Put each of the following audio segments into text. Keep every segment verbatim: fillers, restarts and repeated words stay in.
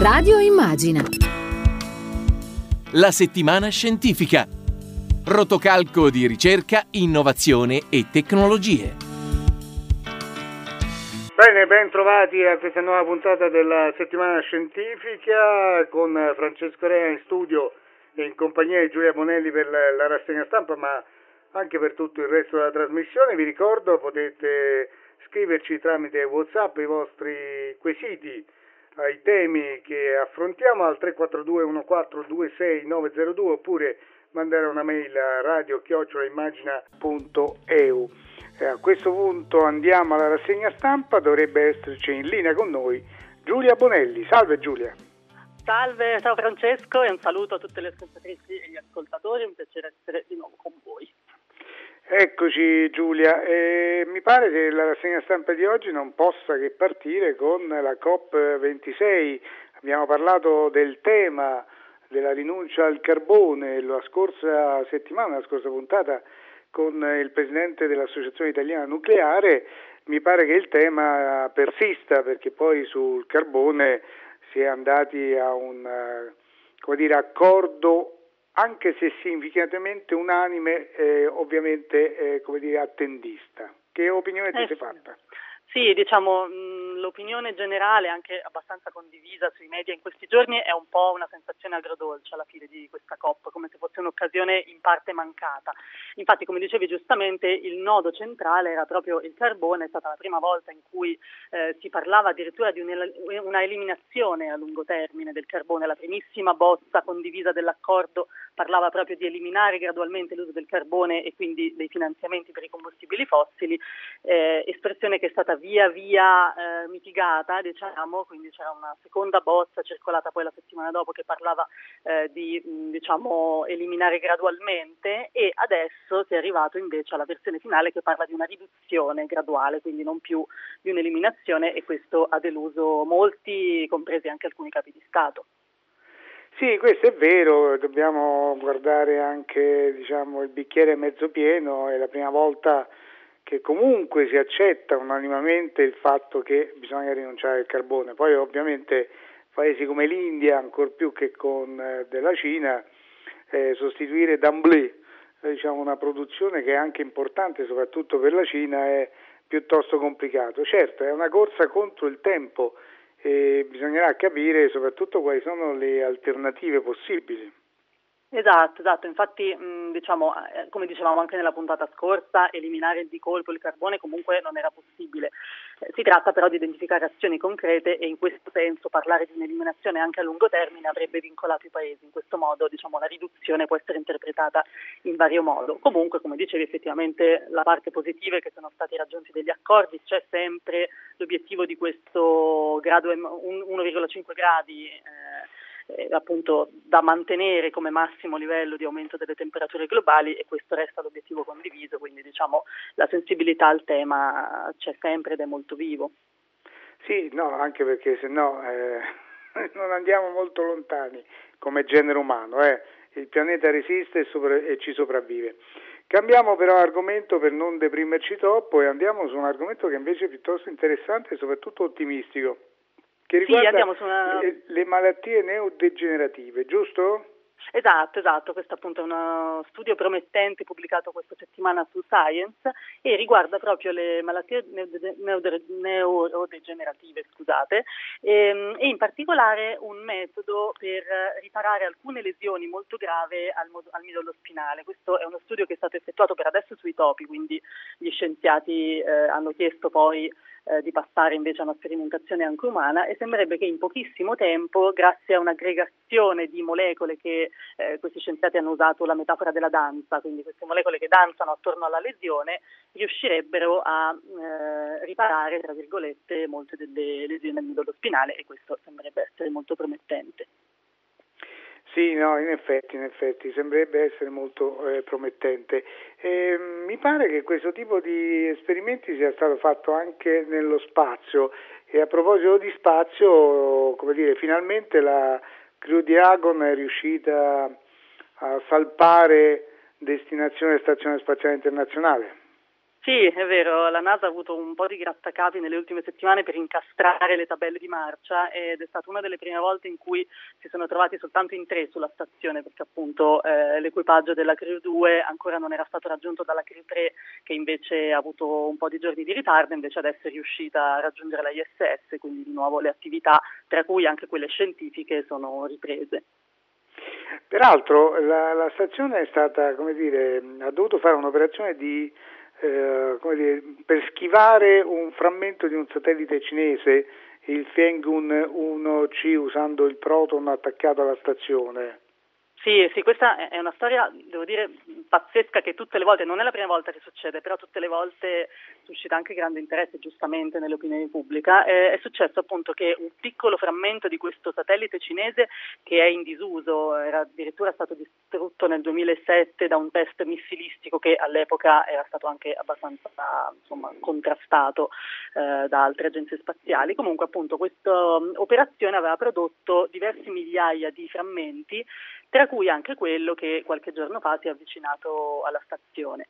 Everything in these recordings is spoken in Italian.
Radio Immagina. La settimana scientifica. Rotocalco di ricerca, innovazione e tecnologie. Bene, ben trovati a questa nuova puntata della settimana scientifica con Francesco Rea in studio e in compagnia di Giulia Bonelli per la rassegna stampa, ma anche per tutto il resto della trasmissione. Vi ricordo, potete scriverci tramite WhatsApp i vostri quesiti ai temi che affrontiamo al tre quattro due uno quattro due sei nove zero due oppure mandare una mail a radio chiocciola immagina punto e u. Eh, a questo punto andiamo alla rassegna stampa, dovrebbe esserci in linea con noi Giulia Bonelli. Salve Giulia. Salve, ciao Francesco e un saluto a tutte le ascoltatrici e gli ascoltatori, è un piacere essere di nuovo con voi. Eccoci Giulia, eh, mi pare che la rassegna stampa di oggi non possa che partire con la COP ventisei. Abbiamo parlato del tema della rinuncia al carbone la scorsa settimana, la scorsa puntata con il presidente dell'Associazione Italiana Nucleare. Mi pare che il tema persista perché poi sul carbone si è andati a un come dire, accordo anche se significativamente unanime, eh, ovviamente eh, come dire attendista. Che opinione ti eh, sei fatta? Sì, diciamo mh, l'opinione generale, anche abbastanza condivisa sui media in questi giorni, è un po' una sensazione agrodolce alla fine di questa COP, come se fosse un'occasione in parte mancata. Infatti, come dicevi giustamente, il nodo centrale era proprio il carbone. È stata la prima volta in cui eh, si parlava addirittura di una eliminazione a lungo termine del carbone. La primissima bozza condivisa dell'accordo parlava proprio di eliminare gradualmente l'uso del carbone e quindi dei finanziamenti per i combustibili fossili, eh, espressione che è stata via via eh, mitigata, diciamo, quindi c'era una seconda bozza circolata poi la settimana dopo che parlava eh, di mh, diciamo eliminare gradualmente, e adesso si è arrivato invece alla versione finale che parla di una riduzione graduale, quindi non più di un'eliminazione, e questo ha deluso molti, compresi anche alcuni capi di Stato. Sì, questo è vero, dobbiamo guardare anche diciamo il bicchiere mezzo pieno. È la prima volta che comunque si accetta unanimemente il fatto che bisogna rinunciare al carbone. Poi ovviamente paesi come l'India, ancor più che con eh, della Cina, eh, sostituire d'emblée eh, diciamo una produzione che è anche importante soprattutto per la Cina è piuttosto complicato. Certo, è una corsa contro il tempo e bisognerà capire soprattutto quali sono le alternative possibili. Esatto, esatto, infatti mh, diciamo, eh, come dicevamo anche nella puntata scorsa, eliminare di colpo il carbone comunque non era possibile. Eh, si tratta però di identificare azioni concrete e in questo senso parlare di un'eliminazione anche a lungo termine avrebbe vincolato i paesi. In questo modo diciamo la riduzione può essere interpretata in vario modo. Comunque, come dicevi, effettivamente la parte positiva è che sono stati raggiunti degli accordi, c'è sempre l'obiettivo di questo grado uno virgola cinque gradi eh, Eh, appunto da mantenere come massimo livello di aumento delle temperature globali, e questo resta l'obiettivo condiviso, quindi diciamo la sensibilità al tema c'è sempre ed è molto vivo. Sì, no, anche perché se no eh, non andiamo molto lontani come genere umano, eh. Il pianeta resiste e, sopra- e ci sopravvive. Cambiamo però argomento per non deprimerci troppo e andiamo su un argomento che invece è piuttosto interessante e soprattutto ottimistico, che riguarda sì, una... le, le malattie neurodegenerative, giusto? Esatto, esatto, questo appunto è uno studio promettente pubblicato questa settimana su Science e riguarda proprio le malattie neurodegenerative, scusate, e, e in particolare un metodo per riparare alcune lesioni molto gravi al, al midollo spinale. Questo è uno studio che è stato effettuato per adesso sui topi, quindi gli scienziati eh, hanno chiesto poi Eh, di passare invece a una sperimentazione anche umana, e sembrerebbe che in pochissimo tempo, grazie a un'aggregazione di molecole che eh, questi scienziati hanno usato la metafora della danza, quindi queste molecole che danzano attorno alla lesione, riuscirebbero a eh, riparare, tra virgolette, molte delle lesioni del midollo spinale, e questo sembrerebbe essere molto promettente. Sì, no, in effetti, in effetti, sembrerebbe essere molto eh, promettente. E, mi pare che questo tipo di esperimenti sia stato fatto anche nello spazio, e a proposito di spazio, come dire, finalmente la Crew Dragon è riuscita a salpare destinazione Stazione Spaziale Internazionale. Sì, è vero, la NASA ha avuto un po' di grattacapi nelle ultime settimane per incastrare le tabelle di marcia ed è stata una delle prime volte in cui si sono trovati soltanto in tre sulla stazione, perché appunto eh, l'equipaggio della Crew due ancora non era stato raggiunto dalla Crew tre, che invece ha avuto un po' di giorni di ritardo, invece adesso è riuscita a raggiungere la I S S, quindi di nuovo le attività, tra cui anche quelle scientifiche, sono riprese. Peraltro la, la stazione è stata, come dire, ha dovuto fare un'operazione di Eh, come dire, per schivare un frammento di un satellite cinese, il Tiangong uno C, usando il Proton attaccato alla stazione. Sì, sì, questa è una storia, devo dire, pazzesca, che tutte le volte, non è la prima volta che succede, però tutte le volte suscita anche grande interesse, giustamente, nell'opinione pubblica. Eh, è successo appunto che un piccolo frammento di questo satellite cinese, che è in disuso, era addirittura stato distrutto nel duemilasette da un test missilistico che all'epoca era stato anche abbastanza, insomma, contrastato eh, da altre agenzie spaziali. Comunque appunto questa um, operazione aveva prodotto diversi migliaia di frammenti, tra cui anche quello che qualche giorno fa si è avvicinato alla stazione.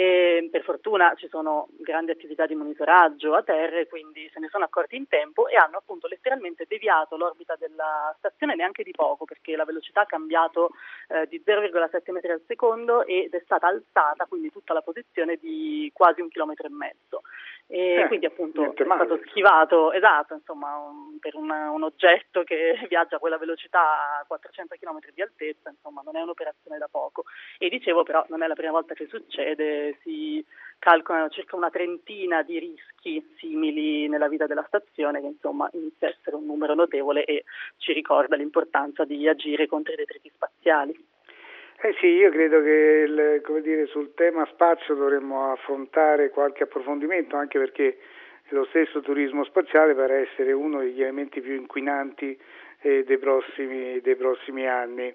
E per fortuna ci sono grandi attività di monitoraggio a terra e quindi se ne sono accorti in tempo e hanno appunto letteralmente deviato l'orbita della stazione neanche di poco, perché la velocità ha cambiato eh, di zero virgola sette metri al secondo ed è stata alzata quindi tutta la posizione di quasi un chilometro e mezzo. E eh, quindi appunto è male. stato schivato, esatto, insomma, un, per una, un oggetto che viaggia a quella velocità a quattrocento chilometri di altezza, insomma non è un'operazione da poco. E dicevo però non è la prima volta che succede, si calcolano circa una trentina di rischi simili nella vita della stazione, che insomma inizia a essere un numero notevole e ci ricorda l'importanza di agire contro i detriti spaziali. Eh sì, io credo che il, come dire, sul tema spazio dovremmo affrontare qualche approfondimento, anche perché lo stesso turismo spaziale pare essere uno degli elementi più inquinanti eh, dei prossimi, dei prossimi anni.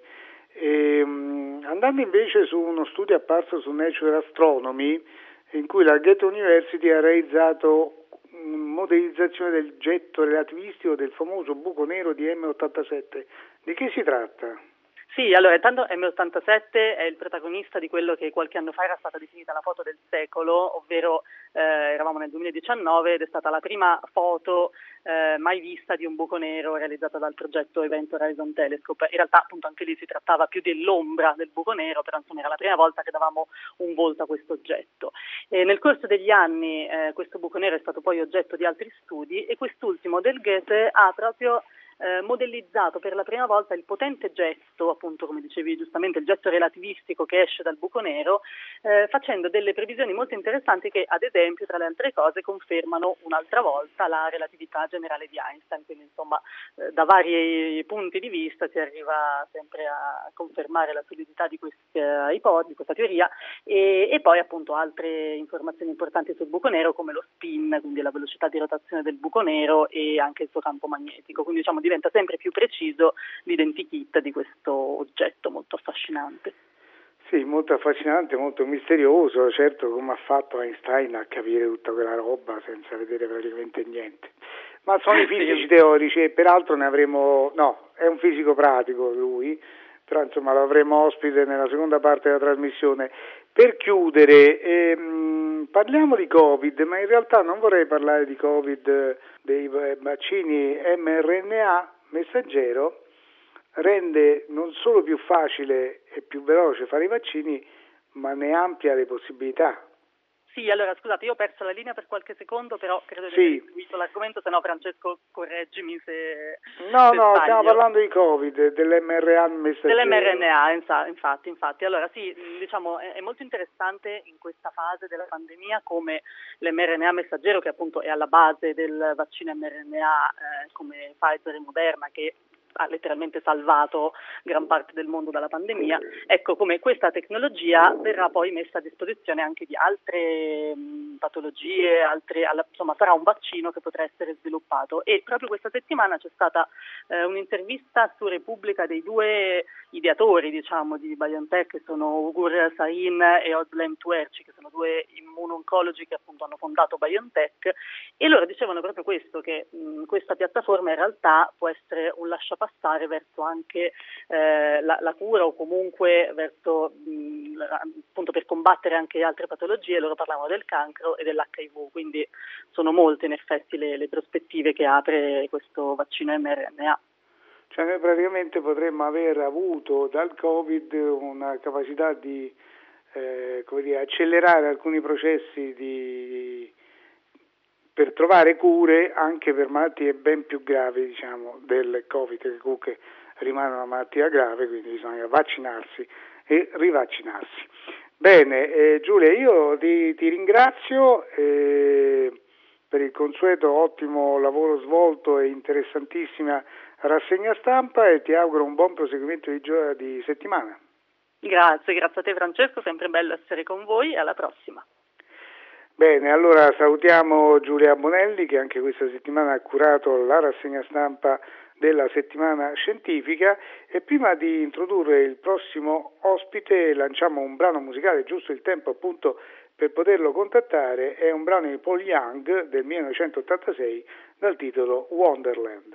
E, um, andando invece su uno studio apparso su Nature Astronomy, in cui la Goethe University ha realizzato una modellizzazione del getto relativistico del famoso buco nero di M ottantasette. Di che si tratta? Sì, allora intanto M ottantasette è il protagonista di quello che qualche anno fa era stata definita la foto del secolo, ovvero eh, eravamo nel duemiladiciannove ed è stata la prima foto eh, mai vista di un buco nero realizzata dal progetto Event Horizon Telescope. In realtà appunto anche lì si trattava più dell'ombra del buco nero, però insomma era la prima volta che davamo un volto a questo oggetto. E nel corso degli anni eh, questo buco nero è stato poi oggetto di altri studi e quest'ultimo del Goethe ha proprio Eh, modellizzato per la prima volta il potente gesto, appunto come dicevi giustamente, il gesto relativistico che esce dal buco nero, eh, facendo delle previsioni molto interessanti che ad esempio tra le altre cose confermano un'altra volta la relatività generale di Einstein, quindi insomma eh, da vari punti di vista si arriva sempre a confermare la solidità di questa ipotesi, di questa teoria e, e poi appunto altre informazioni importanti sul buco nero come lo spin, quindi la velocità di rotazione del buco nero e anche il suo campo magnetico, quindi diciamo diventa sempre più preciso l'identikit di questo oggetto molto affascinante. Sì, molto affascinante, molto misterioso, certo come ha fatto Einstein a capire tutta quella roba senza vedere praticamente niente. Ma sono i fisici teorici e peraltro ne avremo, no, è un fisico pratico lui, però insomma lo avremo ospite nella seconda parte della trasmissione. Per chiudere, ehm, parliamo di Covid, ma in realtà non vorrei parlare di Covid, dei vaccini mRNA messaggero, rende non solo più facile e più veloce fare i vaccini, ma ne amplia le possibilità. Sì, allora scusate, io ho perso la linea per qualche secondo, però credo di sì. aver seguito l'argomento, se no Francesco correggimi se No, se no, sbaglio. stiamo parlando di Covid, dell'mRNA messaggero. Dell'mRNA, infatti, infatti. Allora sì, diciamo, è molto interessante in questa fase della pandemia come l'mRNA messaggero, che appunto è alla base del vaccino mRNA eh, come Pfizer e Moderna, che ha letteralmente salvato gran parte del mondo dalla pandemia, ecco come questa tecnologia verrà poi messa a disposizione anche di altre mh, patologie, altre, alla, insomma sarà un vaccino che potrà essere sviluppato e proprio questa settimana c'è stata eh, un'intervista su Repubblica dei due ideatori diciamo di BioNTech, che sono Ugur Sahin e Özlem Tuerci, che sono due immuno-oncologi che appunto hanno fondato BioNTech, e loro dicevano proprio questo, che mh, questa piattaforma in realtà può essere un lasciapassare passare verso anche eh, la, la cura o comunque verso mh, appunto per combattere anche altre patologie. Loro parlavano del cancro e dell'H I V, quindi sono molte in effetti le, le prospettive che apre questo vaccino mRNA. Cioè noi praticamente potremmo aver avuto dal Covid una capacità di eh, come dire, accelerare alcuni processi di, per trovare cure anche per malattie ben più gravi, diciamo, del Covid, che comunque rimane una malattia grave, quindi bisogna vaccinarsi e rivaccinarsi. Bene, eh, Giulia, io ti, ti ringrazio eh, per il consueto ottimo lavoro svolto e interessantissima rassegna stampa e ti auguro un buon proseguimento di, gio- di settimana. Grazie, grazie a te Francesco, sempre bello essere con voi e alla prossima. Bene, allora salutiamo Giulia Bonelli che anche questa settimana ha curato la rassegna stampa della settimana scientifica e prima di introdurre il prossimo ospite lanciamo un brano musicale, giusto il tempo appunto per poterlo contattare, è un brano di Paul Young del millenovecentottantasei dal titolo Wonderland.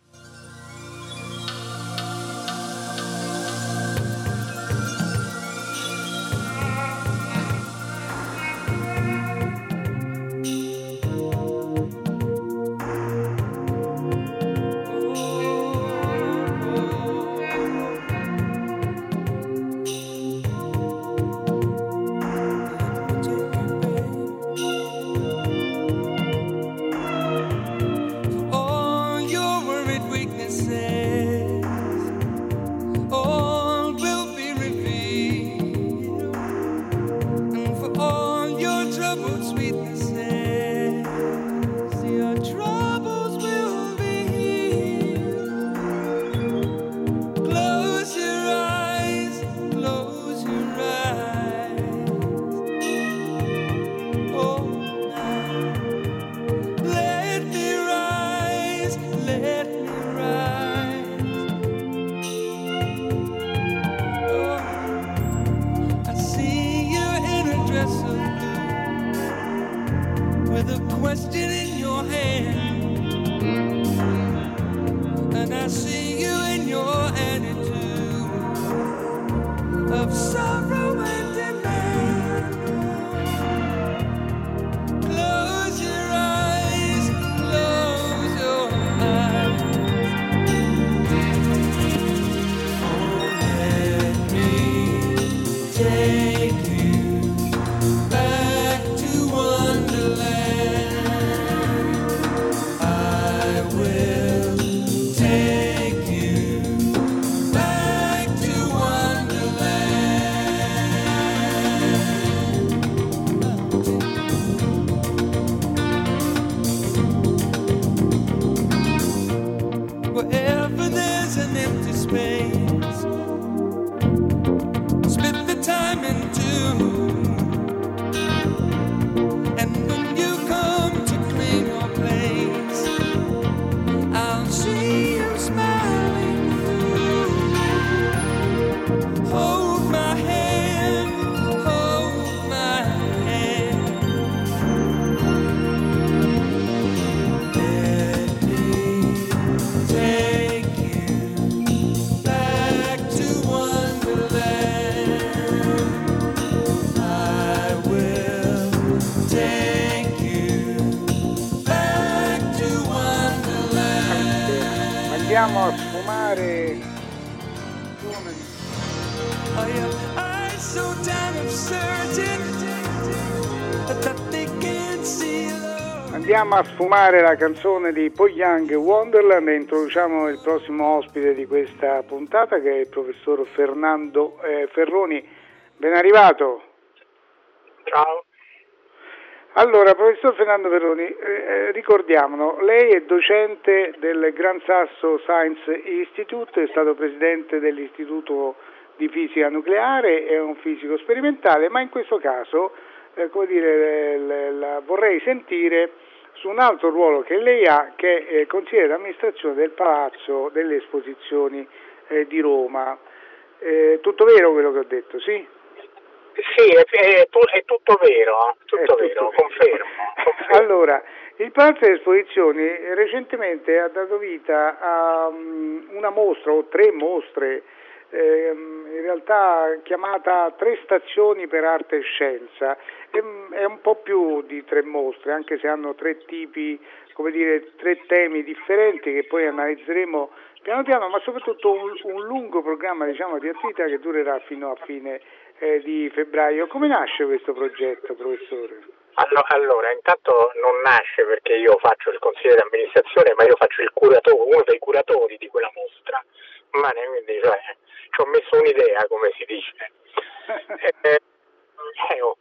Andiamo a sfumare Andiamo a sfumare la canzone di Paul Young, Wonderland, e introduciamo il prossimo ospite di questa puntata che è il professor Fernando eh, Ferroni. Ben arrivato. Ciao. Allora, professor Fernando Ferroni, eh, ricordiamolo, lei è docente del Gran Sasso Science Institute, è stato presidente dell'Istituto di Fisica Nucleare, è un fisico sperimentale, ma in questo caso, eh, come dire, la, la, vorrei sentire su un altro ruolo che lei ha, che è consigliere d'amministrazione del Palazzo delle Esposizioni eh, di Roma. Eh, tutto vero quello che ho detto, sì? Sì, è, è, è tutto vero, tutto, è tutto vero, vero. Confermo, confermo. Allora, Il Palazzo delle Esposizioni recentemente ha dato vita a um, una mostra o tre mostre, ehm, in realtà chiamata Tre stazioni per arte e scienza. È, è un po' più di tre mostre, anche se hanno tre tipi, come dire, tre temi differenti che poi analizzeremo piano piano, ma soprattutto un, un lungo programma, diciamo, di attività che durerà fino a fine eh, di febbraio. Come nasce questo progetto, professore? Allora, intanto non nasce perché io faccio il consigliere di amministrazione, ma io faccio il curatore, uno dei curatori di quella mostra. Ma ne, quindi, cioè, ci ho messo un'idea, come si dice. eh, eh, oh.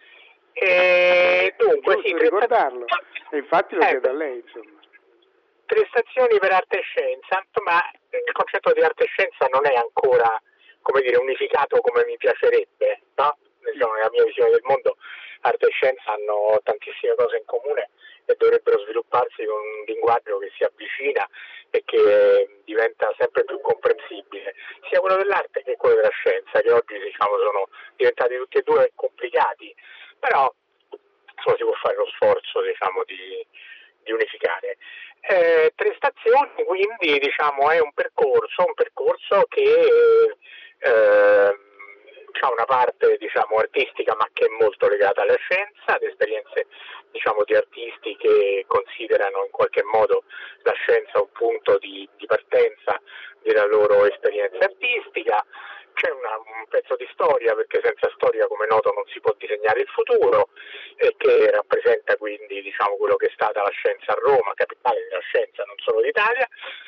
E dunque, giusto sì, ricordarlo, e infatti lo eh, chiedo a lei, insomma. Tre stazioni per arte e scienza, ma il concetto di arte e scienza non è ancora, come dire, unificato come mi piacerebbe, no? Diciamo, nella mia visione del mondo arte e scienza hanno tantissime cose in comune e dovrebbero svilupparsi con un linguaggio che si avvicina e che diventa sempre più comprensibile, sia quello dell'arte che quello della scienza, che oggi, diciamo, sono diventati tutti e due complicati, però insomma, si può fare lo sforzo, diciamo, di, di unificare. Eh, tre stazioni, quindi, diciamo, è un percorso, un percorso che eh, ha una parte, diciamo, artistica, ma che è molto legata alla scienza, ad esperienze, diciamo, di artisti che considerano in qualche modo la scienza un punto di, di partenza della loro esperienza artistica. C'è una, un pezzo di storia, perché senza storia, come noto, non si può disegnare il futuro, e che rappresenta quindi, diciamo, quello che è stata la scienza a Roma, capitale della scienza, non solo d'Italia,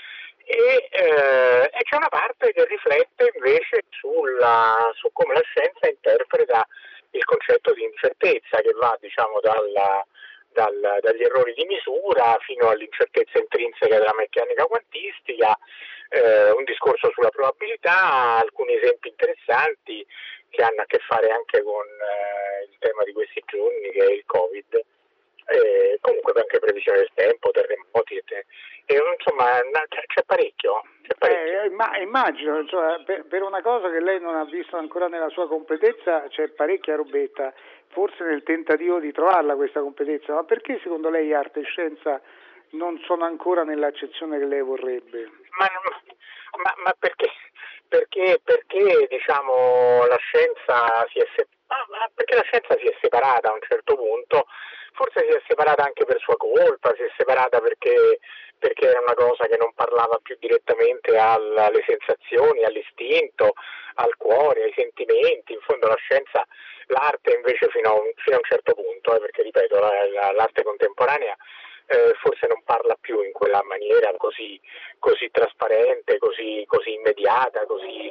e, eh, e c'è una parte che riflette invece sulla, su come la scienza interpreta il concetto di incertezza, che va, diciamo, dalla, dal, dagli errori di misura fino all'incertezza intrinseca della meccanica quantistica, eh, un discorso sulla probabilità, alcuni esempi interessanti che hanno a che fare anche con eh, il tema di questi giorni, che è il Covid, e comunque anche previsione del tempo, terremoti, e, te, e insomma c'è parecchio. C'è parecchio. Eh, ma immagino, insomma, per, per una cosa che lei non ha visto ancora nella sua competenza c'è parecchia robetta, forse nel tentativo di trovarla questa competenza, ma perché secondo lei arte e scienza non sono ancora nell'accezione che lei vorrebbe? Ma, ma, ma perché? Perché, perché diciamo la scienza si è separata, perché la scienza si è separata a un certo punto, forse si è separata anche per sua colpa, si è separata perché, perché era una cosa che non parlava più direttamente alla, alle sensazioni, all'istinto, al cuore, ai sentimenti. In fondo la scienza, l'arte invece fino a un, fino a un certo punto, eh, perché ripeto, la, la, l'arte contemporanea Eh, forse non parla più in quella maniera così, così trasparente, così, così immediata, così,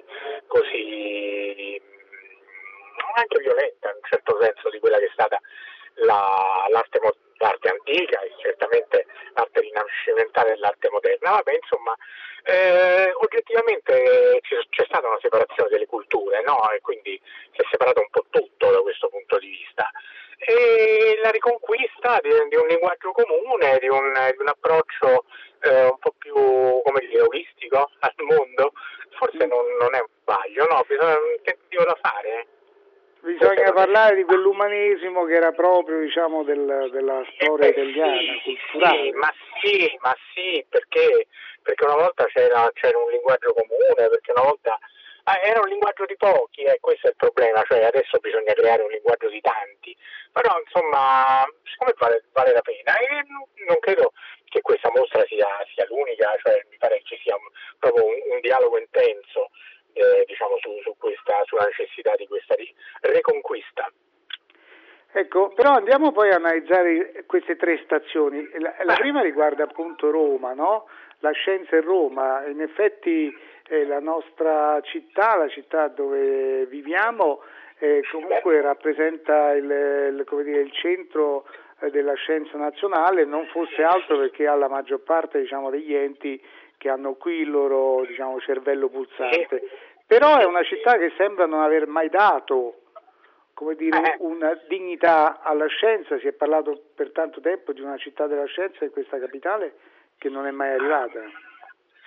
così anche violenta in un certo senso di quella che è stata la, l'arte, l'arte antica e certamente l'arte rinascimentale e l'arte moderna. Vabbè, insomma, eh, oggettivamente c'è stata una separazione delle culture, no? E quindi si è separato un po' tutto da questo punto di vista. E la riconquista di, di un linguaggio comune, di un, di un approccio eh, un po' più, come dire, olistico al mondo, forse non, non è un sbaglio, no? Bisogna un tentativo da fare. Bisogna parlare di quell'umanesimo che era proprio, diciamo, del, della storia eh, italiana, sì, culturale. Sì, ma sì, ma sì, perché, perché una volta c'era, c'era un linguaggio comune, perché una volta ah, era un linguaggio di pochi, eh, questo è il problema, cioè adesso bisogna creare un linguaggio di tanti, però insomma, secondo me vale, vale la pena, e non credo che questa mostra sia, sia l'unica, cioè mi pare che ci sia un, proprio un, un dialogo intenso, eh, diciamo, su, su questa, sulla necessità di questa riconquista. Ecco, però andiamo poi a analizzare queste tre stazioni. La, la prima riguarda appunto Roma, no? La scienza in Roma. In effetti eh, la nostra città, la città dove viviamo, eh, comunque rappresenta il, il, come dire, il centro eh, della scienza nazionale, non fosse altro perché ha la maggior parte, diciamo, degli enti che hanno qui il loro, diciamo, cervello pulsante. Però è una città che sembra non aver mai dato, come dire, una dignità alla scienza. Si è parlato per tanto tempo di una città della scienza in questa capitale che non è mai arrivata.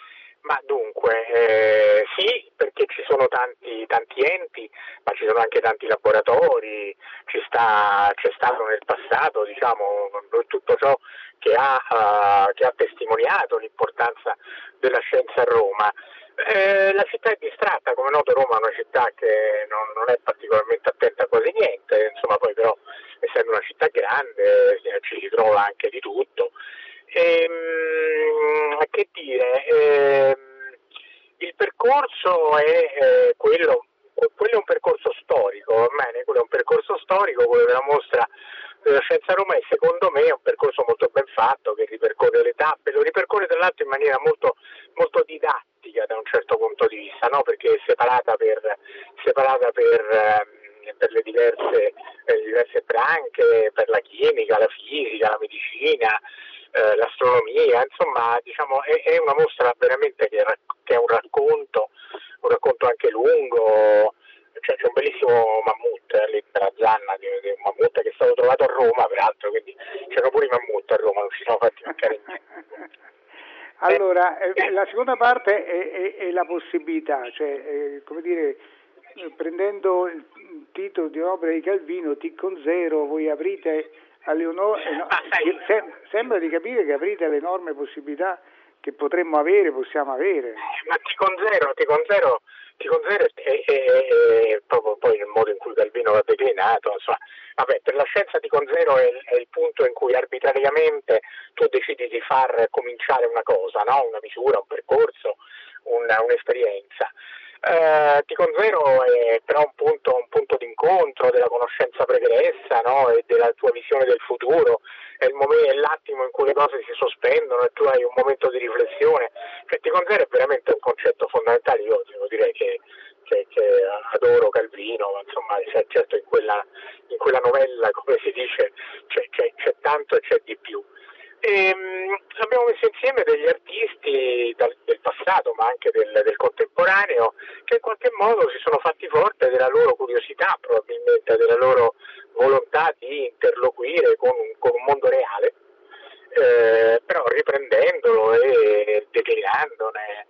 Ma dunque, eh, sì, perché ci sono tanti, tanti enti, ma ci sono anche tanti laboratori, ci sta, c'è stato nel passato, diciamo, tutto ciò che ha, uh, che ha testimoniato l'importanza della scienza a Roma. Eh, la città è distratta, come noto Roma è una città che non, non è particolarmente attenta a quasi niente, insomma poi però essendo una città grande eh, ci si trova anche di tutto. Ehm, che dire, ehm, il percorso è eh, quello, quello è un percorso storico, va bene? Quello è un percorso storico, quello della mostra della Scienza a Roma e secondo me è un percorso molto ben fatto che ripercorre le tappe, lo ripercorre tra l'altro in maniera molto, molto didattica da un certo punto di vista, no? Perché è separata per, separata per, ehm, per le diverse, eh, diverse branche, per la chimica, la fisica, la medicina, eh, l'astronomia, insomma diciamo è, è una mostra veramente che, che è un racconto, un racconto anche lungo. Cioè, c'è un bellissimo mammut eh, lì per la zanna di, di un mammut che è stato trovato a Roma peraltro, quindi c'erano pure i mammut a Roma, non ci siamo fatti mancare niente. Allora, eh, la seconda parte è, è, è la possibilità, cioè eh, come dire, eh, prendendo il titolo di un'opera di Calvino, T con zero, voi aprite alle no, eh, no, sem- sembra di capire che aprite alle enormi possibilità che potremmo avere, possiamo avere. Ma T con zero, T con zero, T con zero è, è, è, è proprio poi il modo in cui Calvino l'ha declinato, insomma, vabbè, per la scienza T con zero è, è il punto in cui arbitrariamente tu decidi di far cominciare una cosa, no? Una misura, un percorso, una, un'esperienza. Uh, T con zero è però un punto, un punto d'incontro della conoscenza pregressa, no? E della tua visione del futuro, è, il momento, è l'attimo in cui le cose si sospendono e tu hai un momento di riflessione. Cioè, T con zero è veramente un concetto fondamentale. Io devo dire che, che, che adoro Calvino, ma insomma cioè, certo in quella, in quella novella, come si dice, c'è, c'è, c'è tanto e c'è di più. E, um, abbiamo messo insieme degli artisti dal, del passato ma anche del, del contemporaneo che in qualche modo si sono fatti forte della loro curiosità, probabilmente della loro volontà di interloquire con un, con un mondo reale, eh, però riprendendolo e declinandone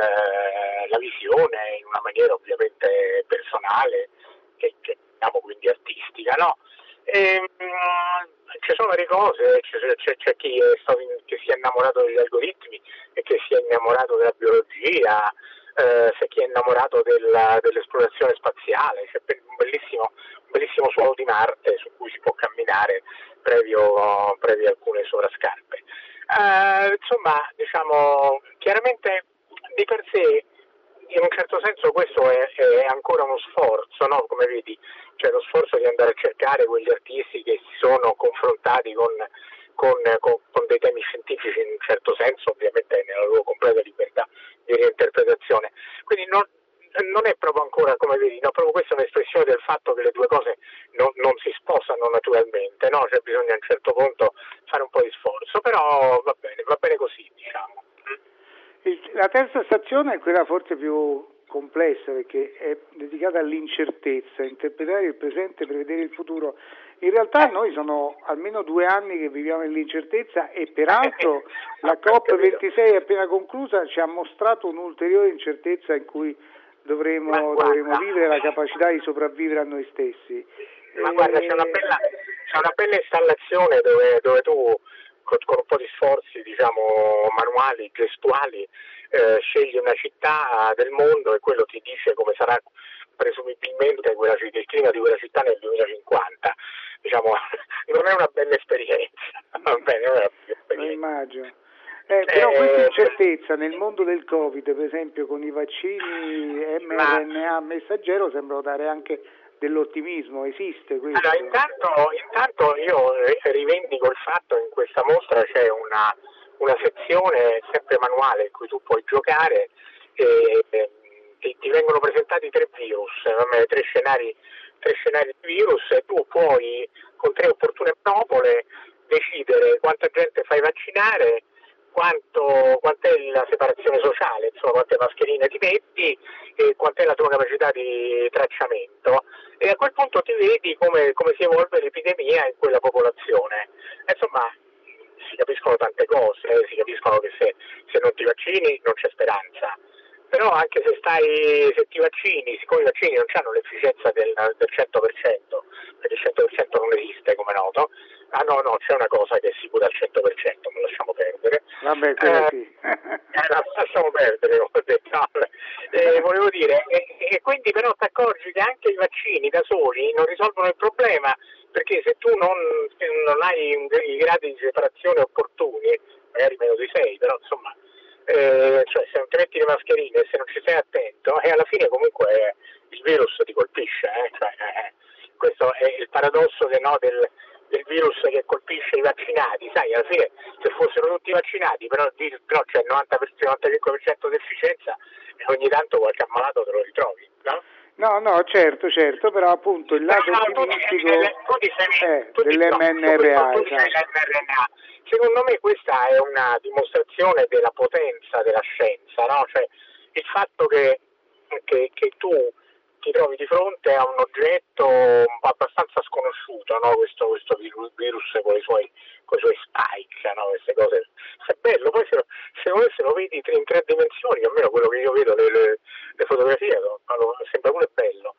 eh, la visione in una maniera ovviamente personale e che diciamo quindi artistica, no? E, um, ci sono varie cose, c'è, c'è, c'è chi è stato in, che si è innamorato degli algoritmi e che si è innamorato della biologia, eh, c'è chi è innamorato della, dell'esplorazione spaziale, c'è un bellissimo, un bellissimo suolo di Marte su cui si può camminare previo, previo alcune sovrascarpe. Eh, insomma, diciamo, chiaramente di per sé in un certo senso questo è, è ancora uno sforzo, no? Come vedi, cioè lo sforzo di andare a cercare quegli artisti che si sono confrontati con, con, con, con dei temi scientifici in un certo senso, ovviamente nella loro completa libertà di reinterpretazione. Quindi non, non è proprio ancora, come vedi, no? Proprio questa è un'espressione del fatto che le due cose non, non si sposano naturalmente, no? Cioè bisogna a un certo punto fare un po' di sforzo, però va bene, va bene così, diciamo. La terza stazione è quella forse più complessa perché è dedicata all'incertezza, interpretare il presente, prevedere il futuro. In realtà noi sono almeno due anni che viviamo nell'incertezza e peraltro la COP ventisei appena conclusa ci ha mostrato un'ulteriore incertezza in cui dovremo, dovremo vivere la capacità di sopravvivere a noi stessi. Ma e... guarda, c'è una bella, c'è una bella installazione dove, dove tu con un po' di sforzi diciamo manuali, gestuali, eh, scegli una città del mondo e quello ti dice come sarà presumibilmente quella, il clima di quella città nel duemilacinquanta. Diciamo, non è una bella esperienza. Va bene, non è una bella esperienza. Lo immagino. Eh, però questa incertezza nel mondo del Covid, per esempio con i vaccini mRNA messaggero, sembra dare anche dell'ottimismo, esiste questo? Allora, intanto, intanto io rivendico il fatto che in questa mostra c'è una, una sezione sempre manuale in cui tu puoi giocare e, e ti vengono presentati tre virus, tre scenari, tre scenari di virus e tu puoi con tre opportune manopole decidere quanta gente fai vaccinare, quanto quant'è la separazione sociale, insomma quante mascherine ti metti e quant'è la tua capacità di tracciamento e a quel punto ti vedi come, come si evolve l'epidemia in quella popolazione. Insomma, si capiscono tante cose, eh, si capiscono che se, se non ti vaccini non c'è speranza. Però anche se stai, se ti vaccini, siccome i vaccini non hanno l'efficienza del, del cento per cento, perché il cento per cento non esiste come noto, ah no no, c'è una cosa che è sicura al cento per cento, ma lasciamo perdere. Vabbè, quello eh, sì. eh, lasciamo perdere, come ho detto. Eh, volevo dire, e, e quindi però ti accorgi che anche i vaccini da soli non risolvono il problema, perché se tu non, non hai un, i gradi di separazione opportuni, magari meno di sei, però insomma, Eh, cioè se non ti metti le mascherine, se non ci sei attento, e alla fine comunque eh, il virus ti colpisce, eh? Cioè, eh, questo è il paradosso del, no, del, del virus che colpisce i vaccinati, sai, alla fine se fossero tutti vaccinati, però, però c'è il novanta per cento, novantacinque per cento di efficienza e ogni tanto qualche ammalato te lo ritrovi, no? No, no, certo, certo, però appunto il lato no, ottimistico è dell'emme erre a. Secondo me questa è una dimostrazione della potenza della scienza, no? Cioè il fatto che, che, che tu ti trovi di fronte a un oggetto abbastanza sconosciuto, no? Questo, questo virus, virus con i suoi, con i suoi spike, no? Queste cose, è bello, poi se lo, secondo me se lo vedi in tre dimensioni, almeno quello che io vedo, le, le, le fotografie, no? Sembra pure bello.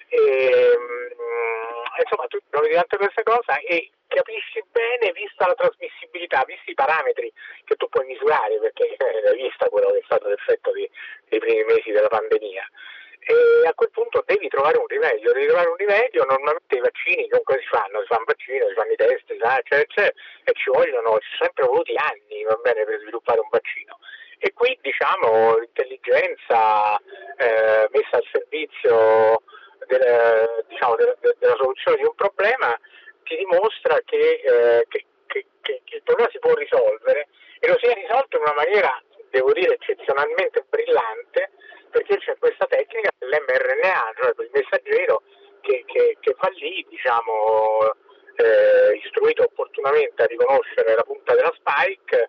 E, insomma, tu trovi tante queste cose e capisci bene, vista la trasmissibilità, visti i parametri che tu puoi misurare, perché hai vista quello che è stato l'effetto di, dei primi mesi della pandemia. E a quel punto devi trovare un rimedio, devi trovare un rimedio, normalmente i vaccini comunque si fanno, si fanno vaccino, si fanno i test, eccetera, eccetera, e ci vogliono, ci sono sempre voluti anni, va bene, per sviluppare un vaccino. E qui diciamo l'intelligenza eh, messa al servizio del, diciamo, de, de, della soluzione di un problema ti dimostra che, eh, che, che, che, che il problema si può risolvere e lo si è risolto in una maniera, devo dire, eccezionalmente brillante, perché c'è questa tecnica dell'emme erre enne a, cioè il messaggero che, che, che va lì, diciamo, eh, istruito opportunamente a riconoscere la punta della spike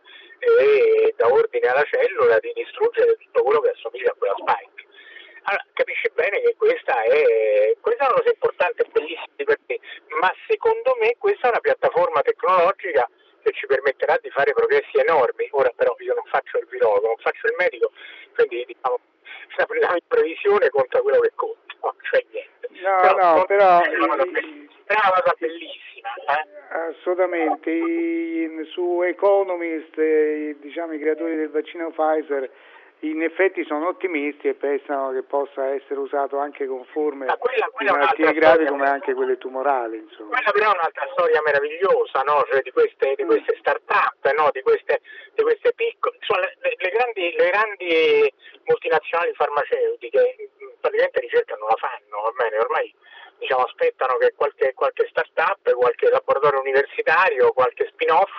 e dà ordine alla cellula di distruggere tutto quello che assomiglia a quella spike. Allora, capisci bene che questa è, questa è una cosa importante e bellissima per te, ma secondo me questa è una piattaforma tecnologica che ci permetterà di fare progressi enormi. Ora però io non faccio il virologo, non faccio il medico, quindi diciamo la mia previsione conta quello che conta, no, cioè niente. No, però, no, però è una cosa, i, è una cosa bellissima. Eh? Assolutamente, I, su Economist, i, diciamo i creatori del vaccino Pfizer, in effetti sono ottimisti e pensano che possa essere usato anche con forme quella, quella di malattie gravi come anche quelle tumorali. Insomma. Quella però è un'altra storia meravigliosa, no? Cioè di queste, di queste start-up, no? di, queste, di queste piccole, insomma, le, le, grandi, le grandi multinazionali farmaceutiche praticamente ricerca non la fanno, va bene? Ormai diciamo, aspettano che qualche, qualche start-up, qualche laboratorio universitario, qualche spin-off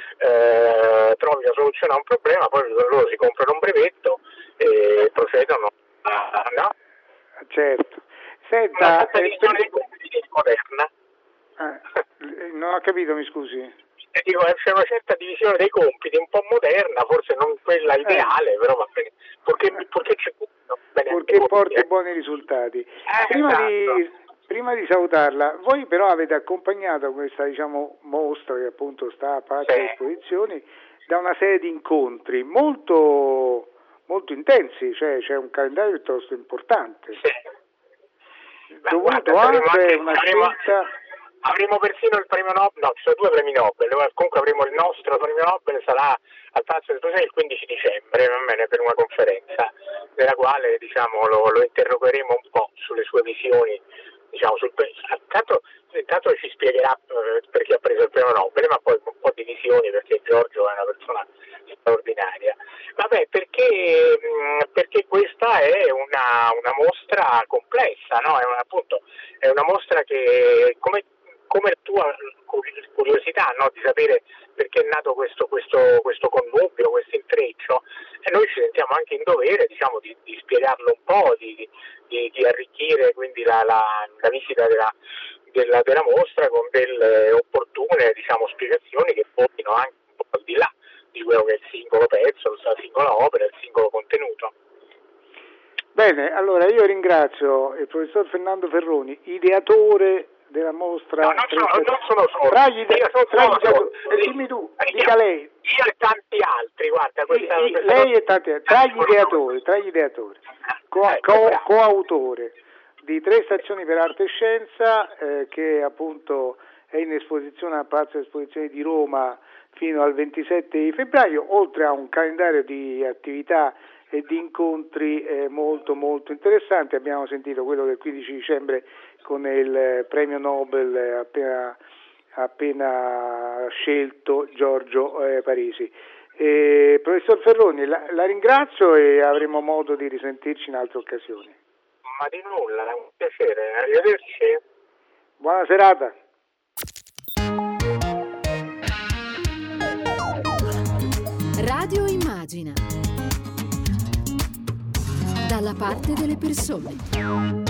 eh, trovi la soluzione a un problema, poi loro si comprano un brevetto e procedono a, no? Certo. Senta, una eh, per... di moderna. Eh, non ho capito, mi scusi. E dico, c'è una certa divisione dei compiti, un po' moderna, forse non quella ideale, eh. però va bene, perché, perché c'è bene perché porti buoni risultati. Eh, prima, esatto. di, prima di salutarla, voi però avete accompagnato questa diciamo mostra che appunto sta a parte delle sì. esposizioni da una serie di incontri molto, molto intensi, cioè c'è un calendario piuttosto importante. Sì. Dovuto guarda, anche a una avremo, scelta. Avremo persino il premio Nobel, no, ci sono due premi Nobel, comunque avremo il nostro premio Nobel, sarà al Palazzo dell'Esposizione il quindici dicembre, va bene, per una conferenza, nella quale diciamo lo, lo interrogeremo un po' sulle sue visioni, diciamo, sul, intanto, intanto ci spiegherà eh, perché ha preso il premio Nobel, ma poi un po' di visioni, perché Giorgio è una persona straordinaria. Vabbè, perché, perché questa è una, una mostra complessa, no? È una, appunto, è una mostra che, come, come la tua curiosità, no? Di sapere perché è nato questo, questo, questo connubio, questo intreccio, e noi ci sentiamo anche in dovere, diciamo, di, di spiegarlo un po', di, di, di arricchire quindi la, la, la visita della, della, della mostra con delle opportune, diciamo, spiegazioni che portino anche un po' al di là di quello che è il singolo pezzo, la singola opera, il singolo contenuto. Bene, allora io ringrazio il professor Fernando Ferroni, ideatore della mostra. No, non, sono, non sono solo. Tra gli, io sono tra solo gli solo. e dimmi tu, dica lei. Io e tanti altri, guarda. Questa, I, questa lei cosa... e tanti altri, tra gli ideatori, tra gli ideatori, co, co, coautore di Tre stazioni per arte e scienza, eh, che appunto è in esposizione al Palazzo delle Esposizioni di Roma fino al ventisette di febbraio, oltre a un calendario di attività e di incontri eh, molto molto interessanti. Abbiamo sentito quello del quindici dicembre con il premio Nobel appena, appena scelto Giorgio eh, Parisi. Eh, professor Ferroni, la, la ringrazio e avremo modo di risentirci in altre occasioni. Ma di nulla, è un piacere, arrivederci. Buona serata. Radio Immagina, dalla parte delle persone.